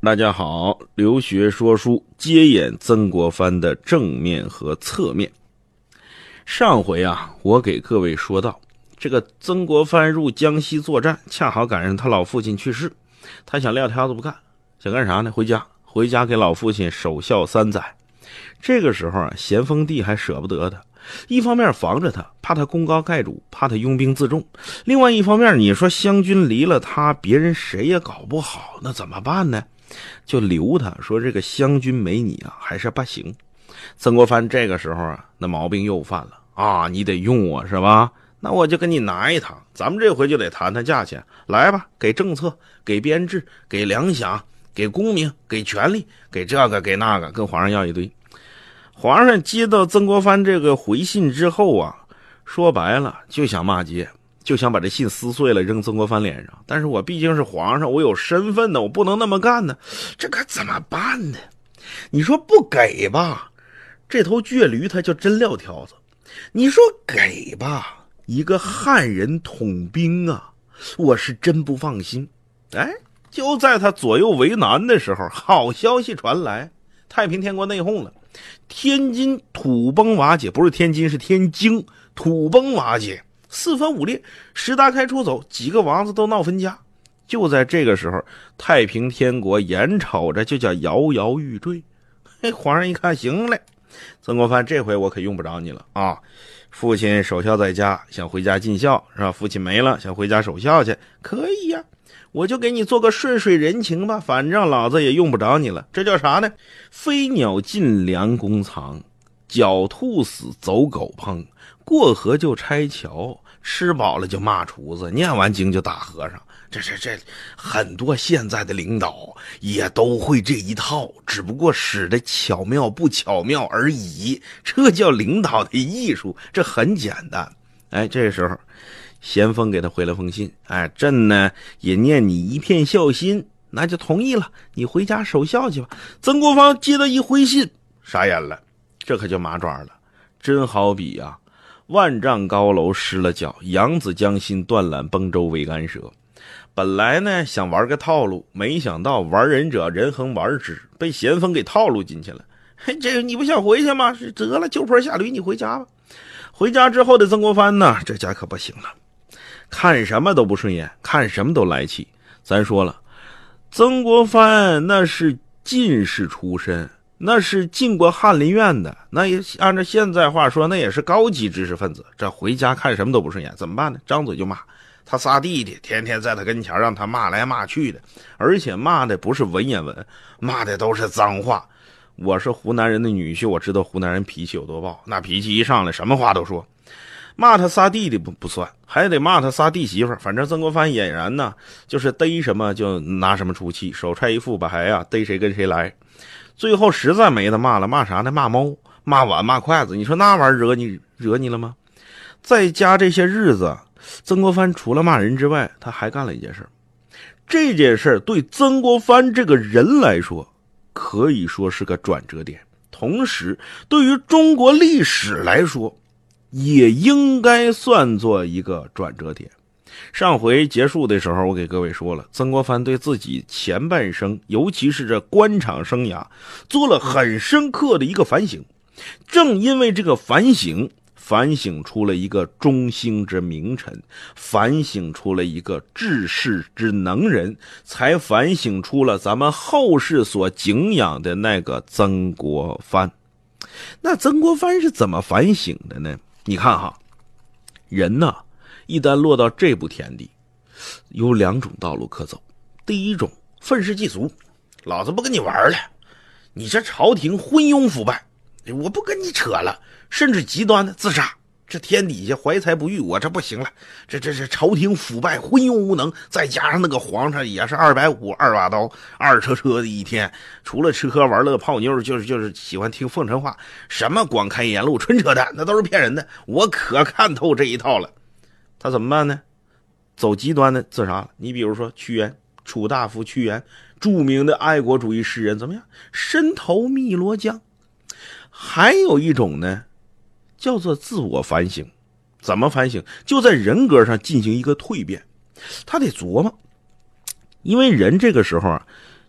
大家好，留学说书接演曾国藩的正面和侧面。上回我给各位说到，这个曾国藩入江西作战，恰好赶上他老父亲去世，他想撂挑子不干，想干啥呢？回家给老父亲守孝3载。这个时候咸丰帝还舍不得他，一方面防着他，怕他功高盖主，怕他拥兵自重；另外一方面，你说湘军离了他，别人谁也搞不好，那怎么办呢？就留他，说这个湘军没你还是不行。曾国藩这个时候那毛病又犯了你得用我是吧？那我就跟你拿一趟，咱们这回就得谈谈价钱，来吧，给政策，给编制，给粮饷，给功名，给权力，给这个给那个，跟皇上要一堆。皇上接到曾国藩这个回信之后说白了就想骂街，就想把这信撕碎了扔曾国藩脸上，但是我毕竟是皇上，我有身份的，我不能那么干呢，这可怎么办呢？你说不给吧，这头倔驴他就真撂挑子；你说给吧，一个汉人统兵我是真不放心。就在他左右为难的时候，好消息传来，太平天国内讧了，天津土崩瓦解，不是天津是天津，土崩瓦解，四分五裂，石达开出走，几个王子都闹分家。就在这个时候，太平天国眼瞅着就叫摇摇欲坠。皇上一看，行嘞，曾国藩这回我可用不着你了父亲守孝在家，想回家尽孝是吧？父亲没了，想回家守孝去，可以呀，我就给你做个顺水人情吧，反正老子也用不着你了。这叫啥呢？飞鸟尽，良弓藏，狡兔死，走狗烹，过河就拆桥，吃饱了就骂厨子，念完经就打和尚。这很多现在的领导也都会这一套，只不过使得巧妙不巧妙而已，这叫领导的艺术，这很简单。这时候咸丰给他回了封信，朕呢也念你一片孝心，那就同意了，你回家守孝去吧。曾国藩接到一回信，傻眼了，这可就麻爪了。真好比万丈高楼失了脚，扬子江心，断缆崩舟为干涉。本来呢想玩个套路，没想到玩人者人恒玩之，被咸丰给套路进去了。这个你不想回去吗？得了，就坡下驴，你回家吧。回家之后的曾国藩呢，这家可不行了，看什么都不顺眼，看什么都来气。咱说了，曾国藩那是进士出身，那是进过翰林院的，那也按照现在话说，那也是高级知识分子。这回家看什么都不顺眼，怎么办呢？张嘴就骂。他仨弟弟天天在他跟前让他骂来骂去的，而且骂的不是文言文，骂的都是脏话。我是湖南人的女婿，我知道湖南人脾气有多暴，那脾气一上来什么话都说。骂他仨弟弟不算，还得骂他仨弟媳妇。反正曾国藩俨然就是逮什么就拿什么出气，手揣一副把牌逮谁跟谁来。最后实在没得骂了，骂啥呢？骂猫，骂碗，骂筷子。你说那玩意儿惹你了吗？在家这些日子，曾国藩除了骂人之外，他还干了一件事。这件事对曾国藩这个人来说可以说是个转折点，同时对于中国历史来说也应该算作一个转折点。上回结束的时候我给各位说了，曾国藩对自己前半生，尤其是这官场生涯做了很深刻的一个反省。正因为这个反省出了一个中兴之名臣，反省出了一个治世之能人，才反省出了咱们后世所敬仰的那个曾国藩。那曾国藩是怎么反省的呢？你看人一旦落到这步田地，有2种道路可走。第一种，愤世嫉俗，老子不跟你玩了，你这朝廷昏庸腐败，我不跟你扯了，甚至极端的自杀。这天底下怀才不遇，我这不行了，这朝廷腐败昏庸无能，再加上那个皇上也是250二把刀二车的一天，除了吃喝玩乐泡妞，就是喜欢听奉承话，什么广开言路纯扯淡，那都是骗人的，我可看透这一套了。他怎么办呢？走极端的自杀了。你比如说屈原，楚大夫屈原，著名的爱国主义诗人，怎么样？身投汨罗江。还有一种呢，叫做自我反省。怎么反省？就在人格上进行一个蜕变。他得琢磨，因为人这个时候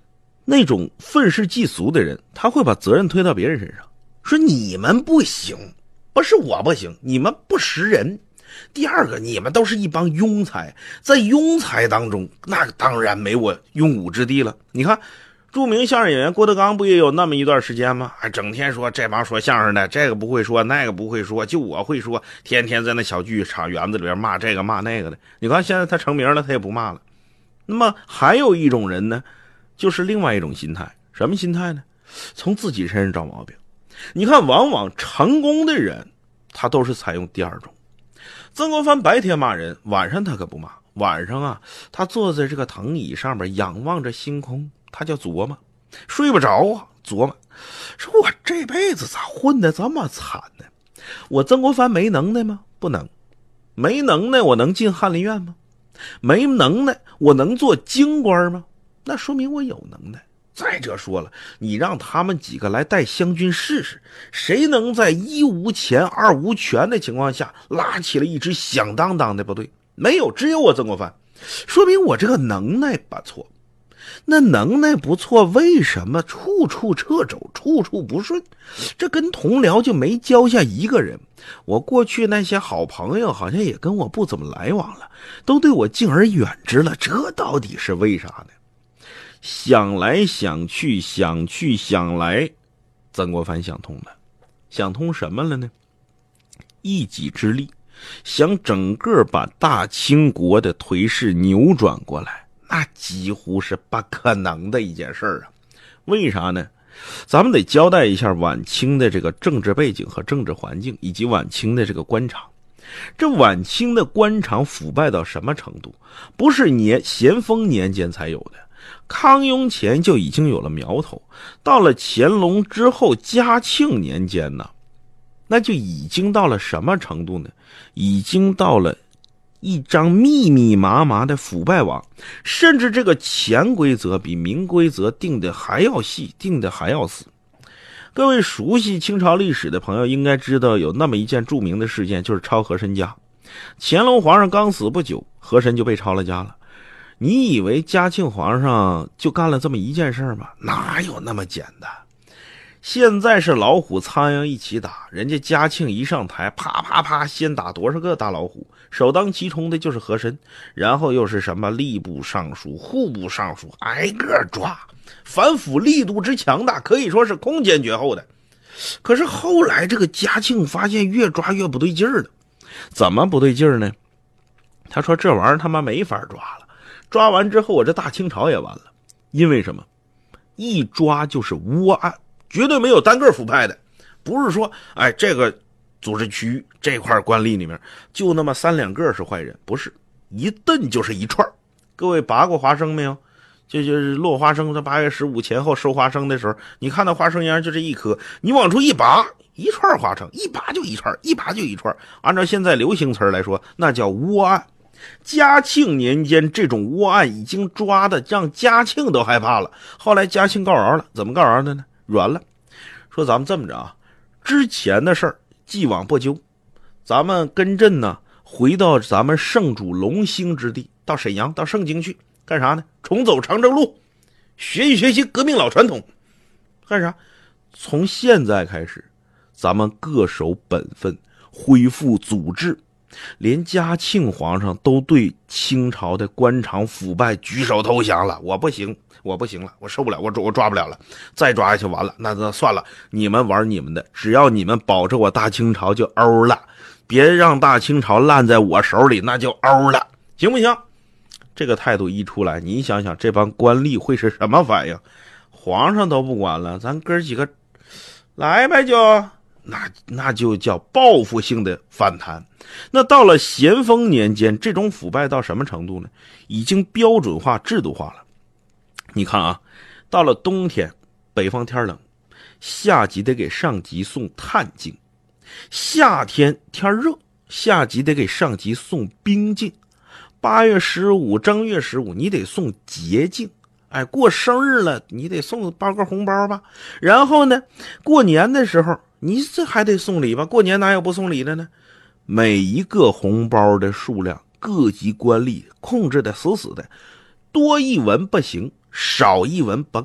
那种愤世嫉俗的人，他会把责任推到别人身上，说你们不行，不是我不行，你们不识人。第二个，你们都是一帮庸才，在庸才当中，那当然没我用武之地了。你看，著名相声演员郭德纲不也有那么一段时间吗？整天说这帮说相声的，这个不会说，那个不会说，就我会说，天天在那小剧场园子里边骂这个骂那个的。你看现在他成名了，他也不骂了。那么还有一种人呢，就是另外一种心态。什么心态呢？从自己身上找毛病。你看，往往成功的人，他都是采用第二种。曾国藩白天骂人，晚上他可不骂。晚上啊，他坐在这个藤椅上面，仰望着星空，他就琢磨，睡不着啊，琢磨，说我这辈子咋混得这么惨呢？我曾国藩没能耐吗？不能。没能耐我能进翰林院吗？没能耐我能做京官吗？那说明我有能耐。再者说了，你让他们几个来带湘军试试，谁能在一无钱二无权的情况下拉起了一支响当当的部队？没有，只有我曾国藩，说明我这个能耐不错。那能耐不错，为什么处处掣肘，处处不顺？这跟同僚就没交下一个人。我过去那些好朋友好像也跟我不怎么来往了，都对我敬而远之了，这到底是为啥呢？想来想去，想去想来，曾国藩想通了。想通什么了呢？一己之力，想整个把大清国的颓势扭转过来，那几乎是不可能的一件事啊。为啥呢？咱们得交代一下晚清的这个政治背景和政治环境，以及晚清的这个官场。这晚清的官场腐败到什么程度？不是咸丰年间才有的，康雍前就已经有了苗头，到了乾隆之后嘉庆年间呢，那就已经到了什么程度呢？已经到了一张密密麻麻的腐败网，甚至这个潜规则比明规则定的还要细，定的还要死。各位熟悉清朝历史的朋友应该知道，有那么一件著名的事件，就是抄和珅家。乾隆皇上刚死不久，和珅就被抄了家了。你以为嘉庆皇上就干了这么一件事吗？哪有那么简单？现在是老虎苍蝇一起打，人家嘉庆一上台，啪啪啪，先打多少个大老虎，首当其冲的就是和珅，然后又是什么吏部尚书、户部尚书，挨个抓，反腐力度之强大，可以说是空前绝后的。可是后来这个嘉庆发现越抓越不对劲儿了。怎么不对劲儿呢？他说这玩意儿他妈没法抓了，抓完之后我这大清朝也完了。因为什么？一抓就是窝案，绝对没有单个腐败的。不是说这个组织区这块官吏里面就那么3、2个是坏人，不是，一顿就是一串。各位拔过花生没有？就是落花生，在8月15前后收花生的时候，你看到花生秧就这一颗，你往出一拔，一串花生，一拔就一串，一拔就一串。按照现在流行词来说，那叫窝案。嘉庆年间这种窝案已经抓的让嘉庆都害怕了。后来嘉庆告饶了，怎么告饶的呢？软了，说咱们这么着啊，之前的事儿既往不咎，咱们跟朕呢回到咱们圣主隆兴之地，到沈阳，到盛京去干啥呢？重走长征路，学习学习革命老传统。干啥？从现在开始，咱们各守本分，恢复祖制。连嘉庆皇上都对清朝的官场腐败举手投降了。我不行，我不行了，我受不了，我抓不了了，再抓下去完了，那算了，你们玩你们的，只要你们保着我大清朝就欧了，别让大清朝烂在我手里，那就欧了，行不行？这个态度一出来，你想想这帮官吏会是什么反应？皇上都不管了，咱哥几个来呗，那就叫报复性的反弹。那到了咸丰年间，这种腐败到什么程度呢？已经标准化制度化了。你看啊，到了冬天，北方天冷，下级得给上级送炭镜；夏天天热，下级得给上级送冰镜。8月15正月15你得送节镜，过生日了你得包个红包吧。然后呢，过年的时候你这还得送礼吧，过年哪有不送礼的呢？每一个红包的数量，各级官吏控制的死死的，多一文不行，少一文不干。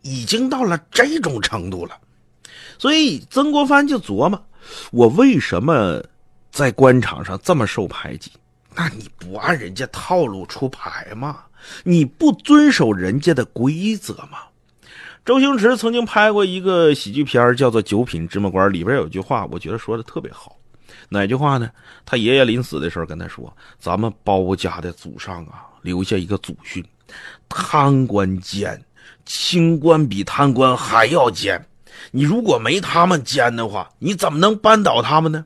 已经到了这种程度了。所以曾国藩就琢磨，我为什么在官场上这么受排挤？那你不按人家套路出牌吗？你不遵守人家的规则吗？周星驰曾经拍过一个喜剧片叫做《九品芝麻官》，里边有句话我觉得说的特别好。哪句话呢？他爷爷临死的时候跟他说，咱们包家的祖上啊留下一个祖训，贪官奸，清官比贪官还要奸，你如果没他们奸的话，你怎么能扳倒他们呢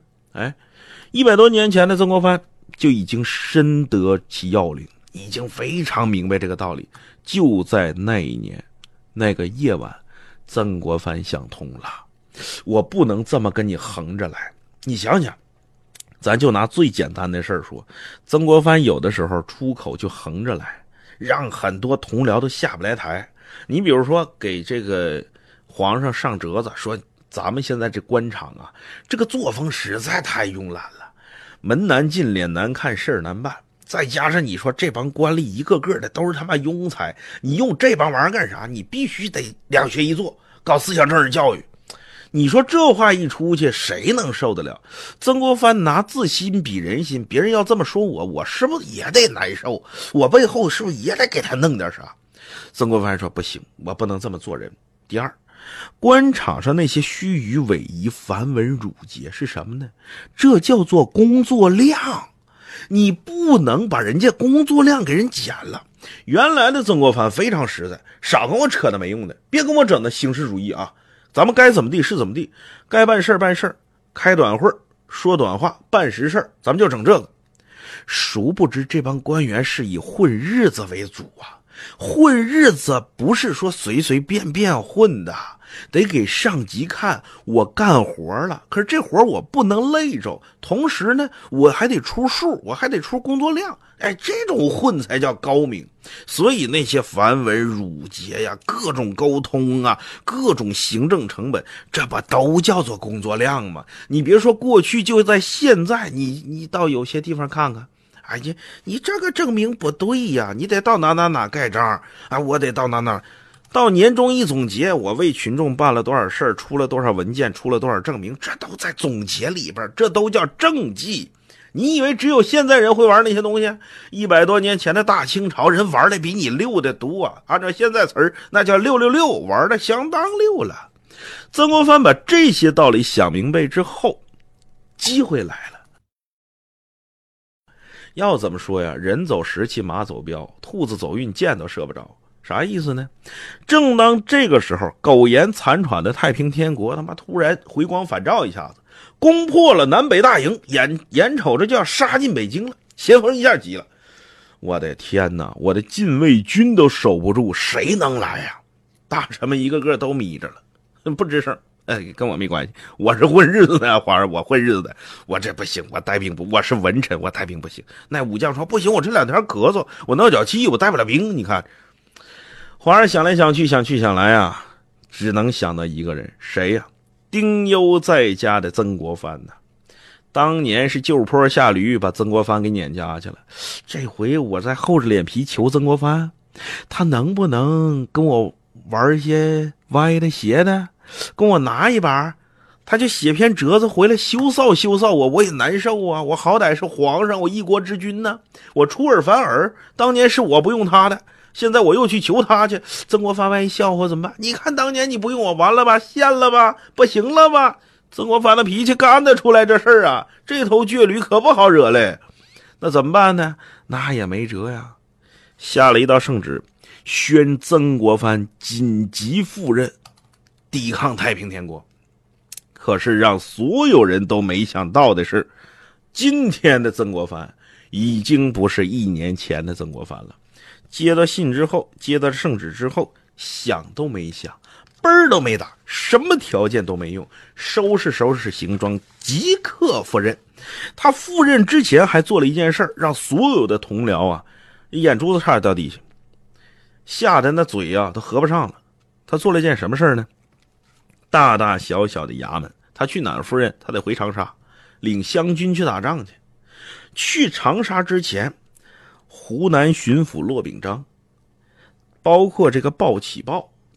？100多年前的曾国藩就已经深得其要领，已经非常明白这个道理。就在那一年那个夜晚，曾国藩想通了，我不能这么跟你横着来。你想想，咱就拿最简单的事儿说，曾国藩有的时候出口就横着来，让很多同僚都下不来台。你比如说给这个皇上上折子，说咱们现在这官场啊，这个作风实在太慵懒了，门难进，脸难看，事儿难办。再加上你说这帮官吏一个个的都是他妈庸才，你用这帮玩意儿干啥？你必须得两学一做，搞思想政治教育。你说这话一出去，谁能受得了？曾国藩拿自心比人心，别人要这么说我，我是不是也得难受？我背后是不是也得给他弄点啥？曾国藩说不行，我不能这么做人。第二，官场上那些虚与委蛇、繁文缛节是什么呢？这叫做工作量，你不能把人家工作量给人减了。原来的曾国藩非常实在，少跟我扯那没用的，别跟我整那形式主义啊！咱们该怎么地是怎么地，该办事办事，开短会说短话，办实事，咱们就整这个。殊不知这帮官员是以混日子为主啊，混日子不是说随随便便混的，得给上级看我干活了，可是这活我不能累着，同时呢我还得出数，我还得出工作量，这种混才叫高明。所以那些繁文缛节呀，各种沟通啊，各种行政成本，这不都叫做工作量吗？你别说过去，就在现在，你到有些地方看看，你这个证明不对呀，你得到哪盖章啊，我得到哪到年终一总结，我为群众办了多少事儿，出了多少文件，出了多少证明，这都在总结里边，这都叫政绩。你以为只有现在人会玩那些东西？100多年前的大清朝人玩的比你溜的多啊！按照现在词儿，那叫666，玩的相当溜了。曾国藩把这些道理想明白之后，机会来了。要怎么说呀？人走时期马走镖，兔子走运箭都射不着。啥意思呢？正当这个时候，苟延残喘的太平天国他妈突然回光返照一下子，攻破了南北大营，眼瞅着就要杀进北京了。咸丰一下急了，我的天哪，我的禁卫军都守不住，谁能来呀？大臣们一个个都眯着了，不吱声。跟我没关系，我是混日子的皇上，我混日子的，我这不行，我带兵不，我是文臣，我带兵不行。那武将说不行，我这2天咳嗽，我闹脚气，我带不了兵。你看皇上想来想去，想去想来啊，只能想到一个人，谁呀？丁忧在家的曾国藩呢。当年是旧坡下驴，把曾国藩给撵家去了。这回我再厚着脸皮求曾国藩，他能不能跟我玩一些歪的邪的，跟我拿一把？他就写篇折子回来羞臊我也难受啊！我好歹是皇上，我一国之君呢，我出尔反尔，当年是我不用他的，现在我又去求他去，曾国藩万一笑话怎么办？你看当年你不用我，完了吧，陷了吧，不行了吧？曾国藩的脾气干得出来这事儿啊，这头倔驴可不好惹嘞。那怎么办呢？那也没辙呀，下了一道圣旨，宣曾国藩紧急赴任，抵抗太平天国。可是让所有人都没想到的是，今天的曾国藩已经不是1年前的曾国藩了。接到信之后，接到圣旨之后，想都没想，奔儿都没打，什么条件都没用，收拾行装，即刻赴任。他赴任之前还做了一件事，让所有的同僚啊眼珠子差点掉地下，吓得那嘴啊都合不上了。他做了一件什么事呢？大大小小的衙门，他去哪儿赴任？他得回长沙领湘军去打仗去。去长沙之前，湖南巡抚骆秉章包括这个鲍启豹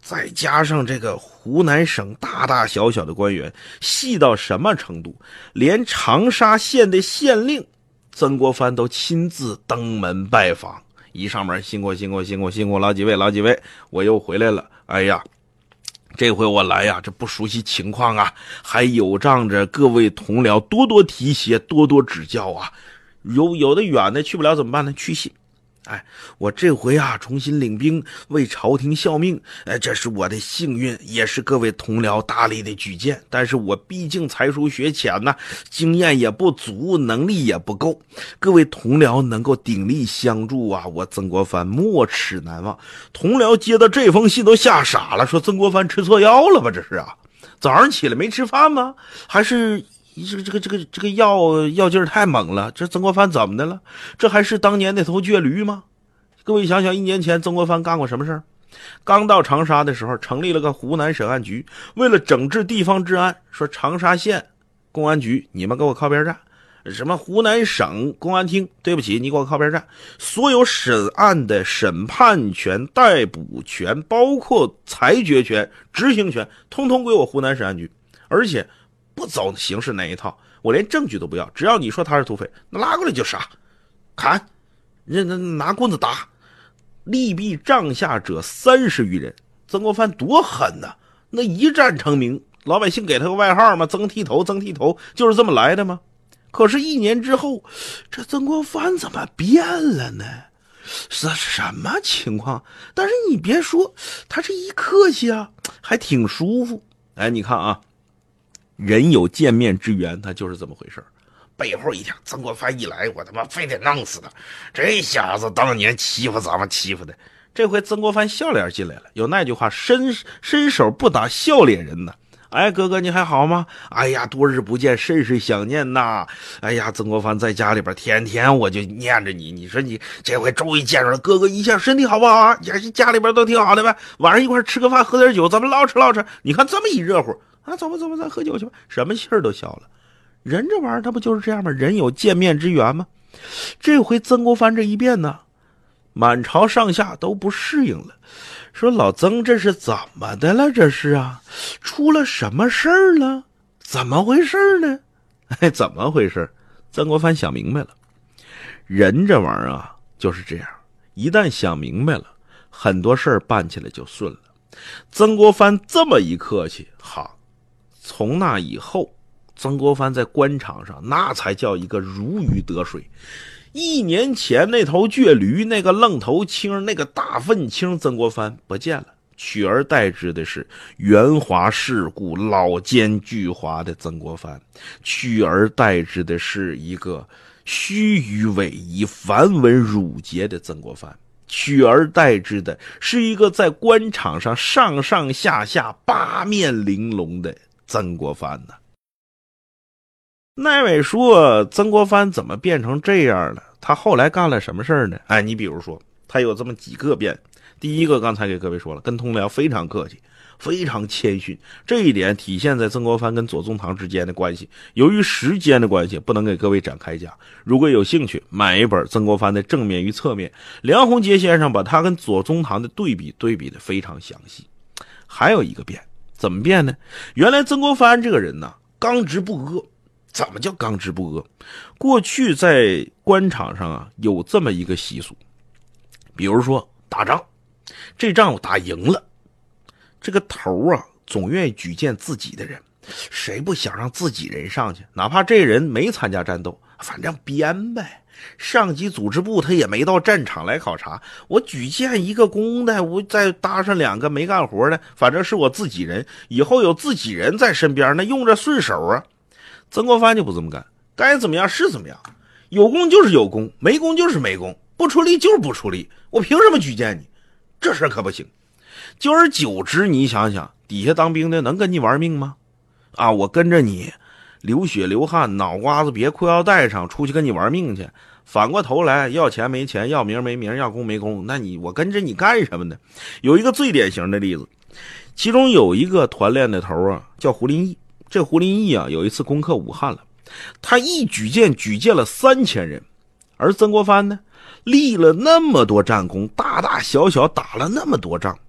再加上这个湖南省大大小小的官员，细到什么程度，连长沙县的县令曾国藩都亲自登门拜访。一上门，辛苦老几位，我又回来了。哎呀，这回我来呀，这不熟悉情况啊，还有仗着各位同僚多多提携，多多指教啊。有的远的去不了怎么办呢？去信。我这回啊重新领兵为朝廷效命，这是我的幸运，也是各位同僚大力的举荐。但是我毕竟才疏学浅呐，经验也不足，能力也不够。各位同僚能够鼎力相助啊，我曾国藩没齿难忘。同僚接到这封信都吓傻了，说曾国藩吃错药了吧？这是啊，早上起来没吃饭吗？还是这个药劲儿太猛了，这曾国藩怎么的了？这还是当年那头倔驴吗？各位想想，1年前曾国藩干过什么事儿？刚到长沙的时候，成立了个湖南省安局，为了整治地方治安，说长沙县公安局你们给我靠边站，什么湖南省公安厅，对不起，你给我靠边站，所有审案的审判权、逮捕权，包括裁决权、执行权，通通归我湖南省安局，而且不走刑事那一套，我连证据都不要，只要你说他是土匪，那拉过来就杀，砍，拿棍子打，利弊帐下者30余人。曾国藩多狠呐，那一战成名，老百姓给他个外号嘛，曾剃头，就是这么来的吗？可是1年之后，这曾国藩怎么变了呢？是什么情况？但是你别说，他这一客气啊，还挺舒服。你看啊，人有见面之缘，他就是这么回事。背后一听曾国藩一来，我他妈非得弄死他，这小子当年欺负咱们欺负的。这回曾国藩笑脸进来了，有那句话，伸手不打笑脸人呐。哥哥你还好吗？哎呀，多日不见，甚是想念呐。哎呀，曾国藩在家里边天天我就念着你，你说你这回终于见着了，哥哥一下身体好不好啊？家里边都挺好的呗，晚上一块吃个饭，喝点酒，咱们唠扯。你看这么一热乎啊，走吧，咱喝酒去吧，什么气儿都消了。人这玩意儿他不就是这样吗？人有见面之缘吗？这回曾国藩这一变呢，满朝上下都不适应了，说老曾这是怎么的了？这是啊，出了什么事儿了？怎么回事呢？怎么回事？曾国藩想明白了，人这玩意儿啊就是这样，一旦想明白了，很多事儿办起来就顺了。曾国藩这么一客气，好，从那以后，曾国藩在官场上那才叫一个如鱼得水。1年前那头倔驴，那个愣头青，那个大愤青曾国藩不见了，取而代之的是圆滑世故、老奸巨猾的曾国藩，取而代之的是一个虚与委蛇、繁文缛节的曾国藩，取而代之的是一个在官场上上上下下八面玲珑的曾国藩呢。那位说曾国藩怎么变成这样了？他后来干了什么事儿呢？你比如说他有这么几个变。第一个刚才给各位说了，跟同僚非常客气，非常谦逊，这一点体现在曾国藩跟左宗棠之间的关系。由于时间的关系，不能给各位展开讲，如果有兴趣买一本曾国藩的正面与侧面，梁鸿杰先生把他跟左宗棠的对比的非常详细。还有一个变，怎么变呢？原来曾国藩这个人呢，刚直不阿。怎么叫刚直不阿？过去在官场上啊，有这么一个习俗，比如说打仗，这仗我打赢了，这个头啊总愿意举荐自己的人，谁不想让自己人上去？哪怕这人没参加战斗，反正编呗。上级组织部他也没到战场来考察，我举荐一个公的，我再搭上2个没干活的，反正是我自己人，以后有自己人在身边，那用着顺手啊。曾国藩就不这么干，该怎么样是怎么样，有功就是有功，没功就是没功，不出力就是不出力，我凭什么举荐你？这事可不行。久而久之，你想想，底下当兵的能跟你玩命吗？我跟着你流血流汗，脑瓜子别裤腰带上，出去跟你玩命去。反过头来要钱没钱，要名没名，要功没功，那我跟着你干什么呢？有一个最典型的例子，其中有一个团练的头啊，叫胡林翼。这胡林翼啊，有一次攻克武汉了，他一举荐了3000人，而曾国藩呢，立了那么多战功，大大小小打了那么多仗，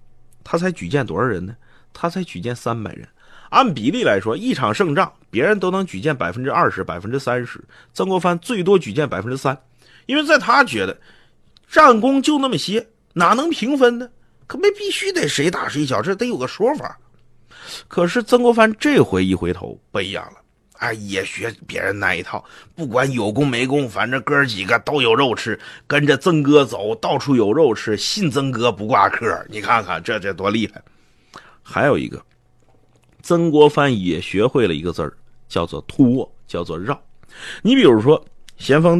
他才举荐多少人呢？他才举荐300人。按比例来说，一场胜仗别人都能举荐 20%、30%， 曾国藩最多举荐 3%， 因为在他觉得战功就那么些，哪能平分呢？可没必须得谁大谁小，这得有个说法。可是曾国藩这回一回头不一样了，哎，也学别人那一套，不管有功没功，反正哥几个都有肉吃，跟着曾哥走，到处有肉吃，信曾哥不挂科。你看看这多厉害！还有一个，曾国藩也学会了一个字儿，叫做托，叫做绕。你比如说，咸丰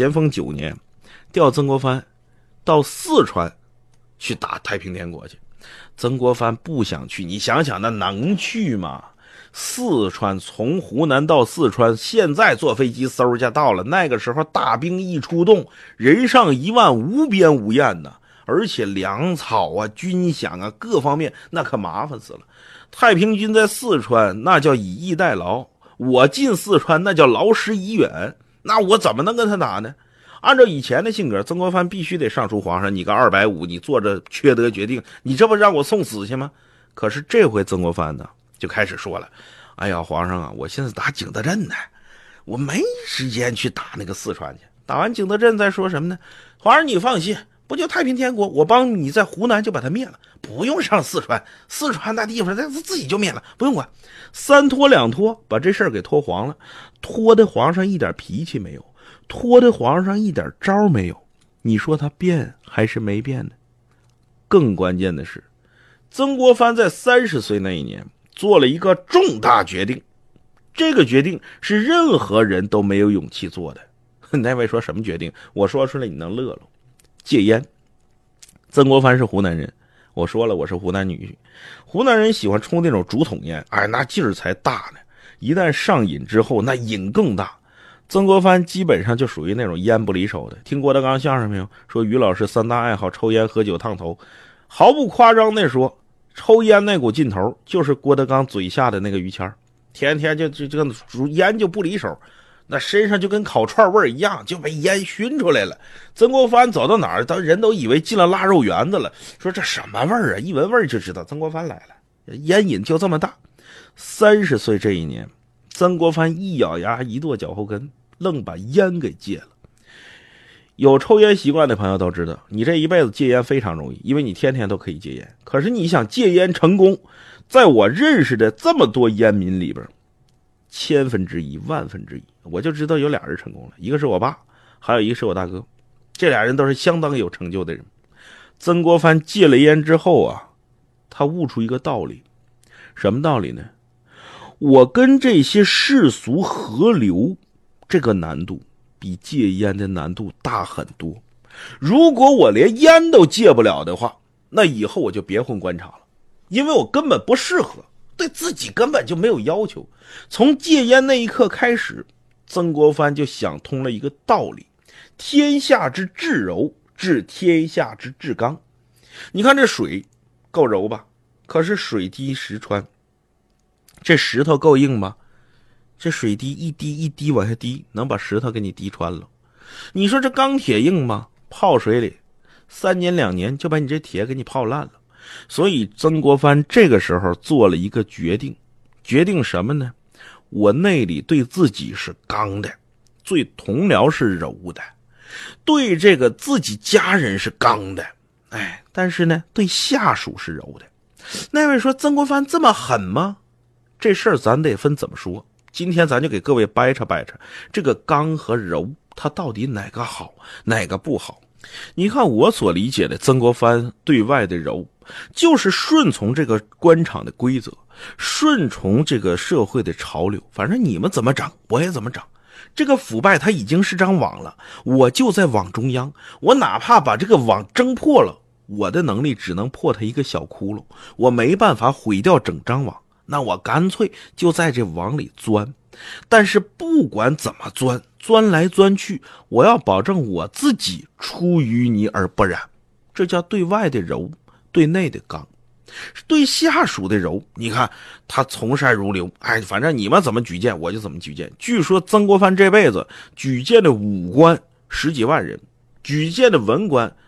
9年，调曾国藩到四川去打太平天国去。曾国藩不想去，你想想那能去吗？四川从湖南到四川，现在坐飞机嗖就到了，那个时候大兵一出动，人上1万，无边无沿呢。而且粮草啊、军饷啊各方面那可麻烦死了。太平军在四川那叫以逸待劳，我进四川那叫劳师已远，那我怎么能跟他打呢？按照以前的性格，曾国藩必须得上书皇上，你个250，你做着缺德决定，你这不让我送死去吗？可是这回曾国藩呢就开始说了，哎呀皇上啊，我现在打景德镇呢，我没时间去打那个四川去，打完景德镇再说什么呢？皇上你放心，不就太平天国，我帮你在湖南就把它灭了，不用上四川，四川那地方它自己就灭了，不用管。3拖2拖把这事儿给拖黄了，拖的皇上一点脾气没有，拖的皇上一点招没有，你说他变还是没变呢？更关键的是，曾国藩在30岁那一年做了一个重大决定，这个决定是任何人都没有勇气做的。那位说什么决定？我说出来你能乐了。戒烟。曾国藩是湖南人，我说了我是湖南女婿，湖南人喜欢抽那种竹筒烟，哎，那劲儿才大呢，一旦上瘾之后那瘾更大。曾国藩基本上就属于那种烟不离手的。听郭德纲相声没有？说于老师3大爱好：抽烟、喝酒、烫头。毫不夸张地说，抽烟那股劲头就是郭德纲嘴下的那个于谦，天天就烟就不离手，那身上就跟烤串味一样，就被烟熏出来了。曾国藩走到哪儿，人都以为进了腊肉园子了，说这什么味儿啊？一闻味儿就知道曾国藩来了，烟瘾就这么大。30岁这一年，曾国藩一咬牙一跺脚后跟，愣把烟给戒了。有抽烟习惯的朋友都知道，你这一辈子戒烟非常容易，因为你天天都可以戒烟。可是你想戒烟成功，在我认识的这么多烟民里边，1/1000、1/1000，我就知道有俩人成功了，一个是我爸，还有一个是我大哥，这俩人都是相当有成就的人。曾国藩戒了烟之后啊，他悟出一个道理，什么道理呢？我跟这些世俗合流，这个难度比戒烟的难度大很多。如果我连烟都戒不了的话，那以后我就别混官场了，因为我根本不适合，对自己根本就没有要求。从戒烟那一刻开始，曾国藩就想通了一个道理：天下之至柔，治天下之至刚。你看这水够柔吧，可是水滴石穿。这石头够硬吗？这水滴一滴一滴往下滴，能把石头给你滴穿了。你说这钢铁硬吗？泡水里3年2年就把你这铁给你泡烂了。所以曾国藩这个时候做了一个决定，决定什么呢？我内里对自己是刚的，对同僚是柔的，对这个自己家人是刚的，哎，但是呢对下属是柔的。那位说曾国藩这么狠吗？这事儿咱得分怎么说，今天咱就给各位掰扯掰扯，这个刚和柔它到底哪个好哪个不好。你看我所理解的曾国藩对外的柔，就是顺从这个官场的规则，顺从这个社会的潮流，反正你们怎么整我也怎么整。这个腐败它已经是张网了，我就在网中央，我哪怕把这个网挣破了，我的能力只能破它一个小窟窿，我没办法毁掉整张网，那我干脆就在这网里钻。但是不管怎么钻，钻来钻去，我要保证我自己出淤泥而不染，这叫对外的柔，对内的刚。对下属的柔，你看他从善如流，哎，反正你们怎么举荐我就怎么举荐。据说曾国藩这辈子举荐的武官10几万人，举荐的文官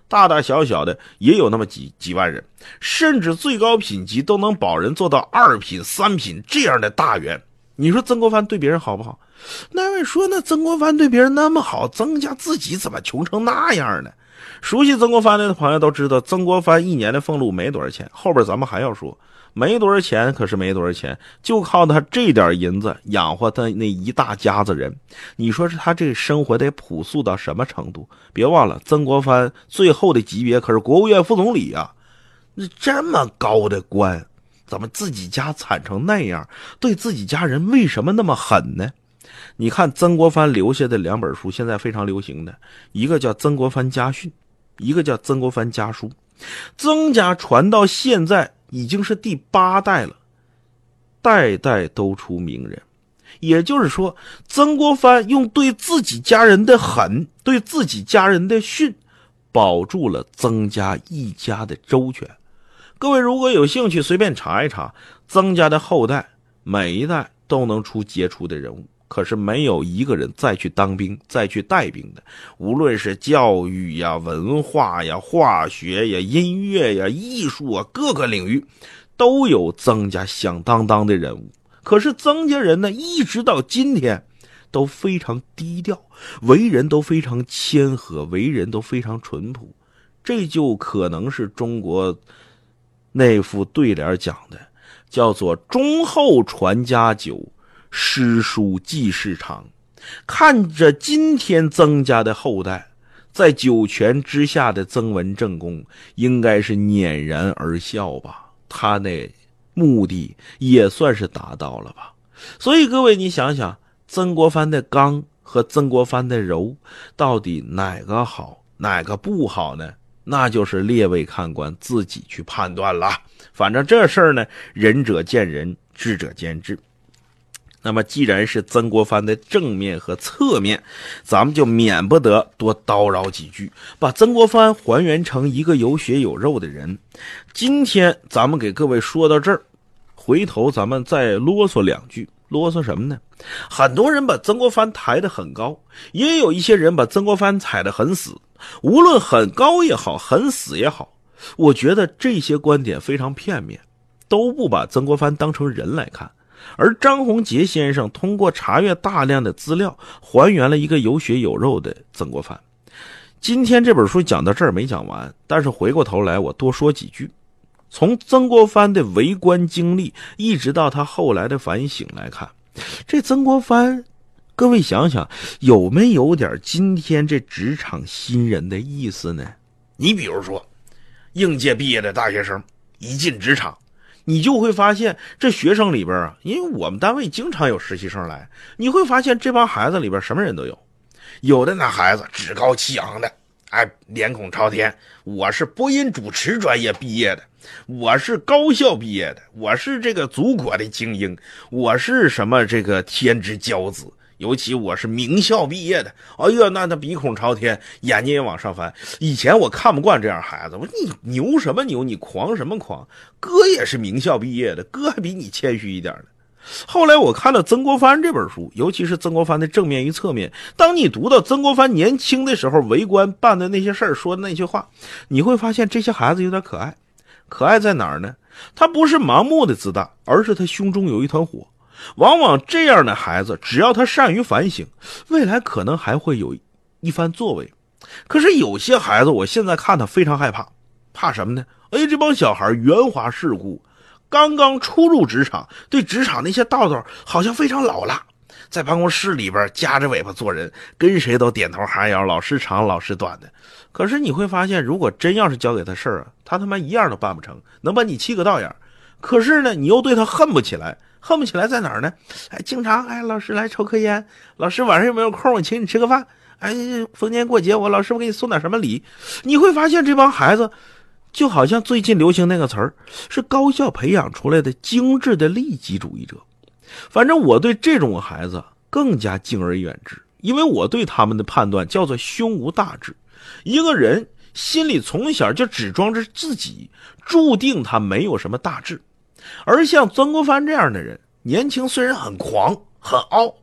大大小小的也有那么几万人，甚至最高品级都能保人做到2品、3品这样的大员。你说曾国藩对别人好不好？那位说，那曾国藩对别人那么好，曾家自己怎么穷成那样呢？熟悉曾国藩的朋友都知道，曾国藩一年的俸禄没多少钱，后边咱们还要说，没多少钱，可是没多少钱，就靠他这点银子养活他那一大家子人。你说是他这生活得朴素到什么程度？别忘了，曾国藩最后的级别可是国务院副总理啊，那这么高的官，怎么自己家惨成那样？对自己家人为什么那么狠呢？你看曾国藩留下的2本书，现在非常流行的，一个叫《曾国藩家训》，一个叫《曾国藩家书》。曾家传到现在已经是第8代了，代代都出名人。也就是说，曾国藩用对自己家人的狠，对自己家人的训，保住了曾家一家的周全。各位如果有兴趣，随便查一查，曾家的后代每一代都能出杰出的人物，可是没有一个人再去当兵再去带兵的。无论是教育呀、文化呀、化学呀、音乐呀、艺术啊，各个领域都有曾家响当当的人物。可是曾家人呢，一直到今天都非常低调，为人都非常谦和，为人都非常淳朴。这就可能是中国那副对联讲的，叫做忠厚传家久，诗书继世长。看着今天曾家的后代，在九泉之下的曾文正公应该是佞然而笑吧，他那目的也算是达到了吧。所以各位你想想，曾国藩的刚和曾国藩的柔到底哪个好哪个不好呢？那就是列位看官自己去判断了。反正这事儿呢，仁者见仁，智者见智。那么既然是曾国藩的正面和侧面，咱们就免不得多叨扰几句，把曾国藩还原成一个有血有肉的人。今天咱们给各位说到这儿，回头咱们再啰嗦2句。啰嗦什么呢？很多人把曾国藩抬得很高，也有一些人把曾国藩踩得很死。无论很高也好，很死也好，我觉得这些观点非常片面，都不把曾国藩当成人来看。而张宏杰先生通过查阅大量的资料，还原了一个有血有肉的曾国藩。今天这本书讲到这儿没讲完，但是回过头来我多说几句。从曾国藩的为官经历一直到他后来的反省来看，这曾国藩各位想想有没有点今天这职场新人的意思呢？你比如说应届毕业的大学生一进职场，你就会发现这学生里边啊，因为我们单位经常有实习生来，你会发现这帮孩子里边什么人都有。有的那孩子趾高气昂的，脸孔朝天，我是播音主持专业毕业的，我是高校毕业的，我是这个祖国的精英，我是什么这个天之骄子，尤其我是名校毕业的。哎呀，那他鼻孔朝天，眼睛也往上翻。以前我看不惯这样孩子，我说你牛什么牛，你狂什么狂，哥也是名校毕业的，哥还比你谦虚一点呢。后来我看了曾国藩这本书，尤其是曾国藩的正面与侧面，当你读到曾国藩年轻的时候为官办的那些事儿，说的那些话，你会发现这些孩子有点可爱。可爱在哪儿呢？他不是盲目的自大，而是他胸中有一团火。往往这样的孩子，只要他善于反省，未来可能还会有一番作为。可是有些孩子，我现在看他非常害怕。怕什么呢？这帮小孩圆滑世故，刚刚初入职场，对职场那些道道好像非常老辣，在办公室里边夹着尾巴做人，跟谁都点头哈腰，老师长老师短的。可是你会发现，如果真要是交给他事儿啊，他他妈一样都办不成，能把你气个到眼。可是呢，你又对他恨不起来。恨不起来在哪儿呢？经常老师来抽颗烟，老师晚上有没有空我请你吃个饭，逢年过节我老师我给你送点什么礼。你会发现这帮孩子就好像最近流行那个词儿，是高校培养出来的精致的利己主义者。反正我对这种孩子更加敬而远之，因为我对他们的判断叫做胸无大志。一个人心里从小就只装着自己，注定他没有什么大志。而像曾国藩这样的人，年轻虽然很狂很傲，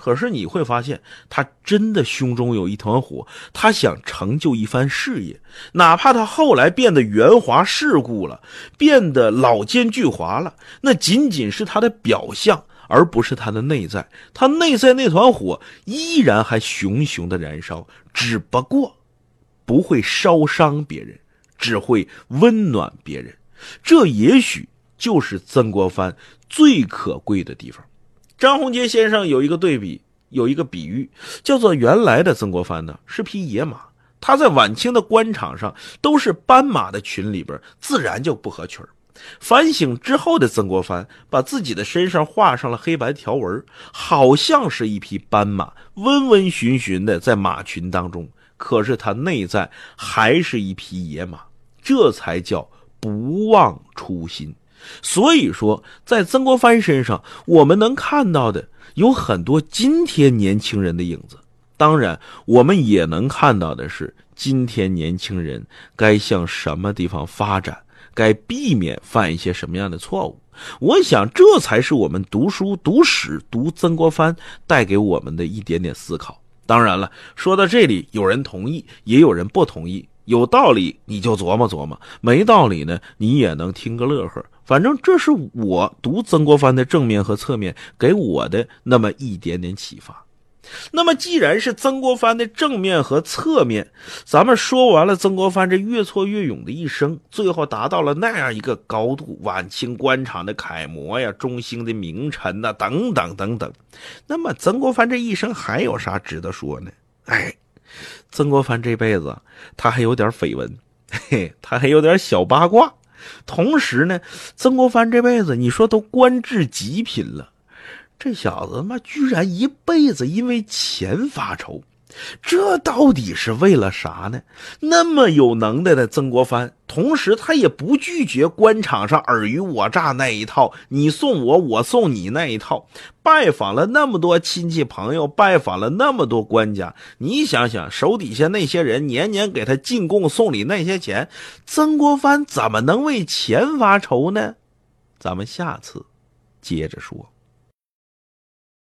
可是你会发现，他真的胸中有一团火，他想成就一番事业，哪怕他后来变得圆滑世故了，变得老奸巨猾了，那仅仅是他的表象，而不是他的内在。他内在那团火依然还熊熊的燃烧，只不过不会烧伤别人，只会温暖别人。这也许就是曾国藩最可贵的地方。张宏杰先生有一个对比，有一个比喻，叫做原来的曾国藩呢是匹野马，他在晚清的官场上都是斑马的群里边，自然就不合群。反省之后的曾国藩把自己的身上画上了黑白条纹，好像是一匹斑马，温温驯驯的在马群当中，可是他内在还是一匹野马，这才叫不忘初心。所以说在曾国藩身上我们能看到的有很多今天年轻人的影子，当然我们也能看到的是今天年轻人该向什么地方发展，该避免犯一些什么样的错误。我想这才是我们读书读史读曾国藩带给我们的一点点思考。当然了，说到这里有人同意也有人不同意，有道理你就琢磨琢磨，没道理呢你也能听个乐呵。反正这是我读曾国藩的正面和侧面给我的那么一点点启发。那么既然是曾国藩的正面和侧面，咱们说完了曾国藩这越挫越勇的一生，最后达到了那样一个高度，晚清官场的楷模呀，中兴的名臣呐，等等等等。那么曾国藩这一生还有啥值得说呢？曾国藩这辈子他还有点绯闻，他还有点小八卦。同时呢，曾国藩这辈子你说都官至极品了，这小子嘛，居然一辈子因为钱发愁，这到底是为了啥呢？那么有能耐的曾国藩，同时他也不拒绝官场上尔虞我诈那一套，你送我我送你那一套，拜访了那么多亲戚朋友，拜访了那么多官家，你想想手底下那些人年年给他进贡送礼那些钱，曾国藩怎么能为钱发愁呢？咱们下次接着说。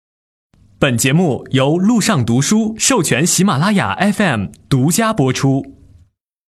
本节目由路上读书授权喜马拉雅 FM 独家播出。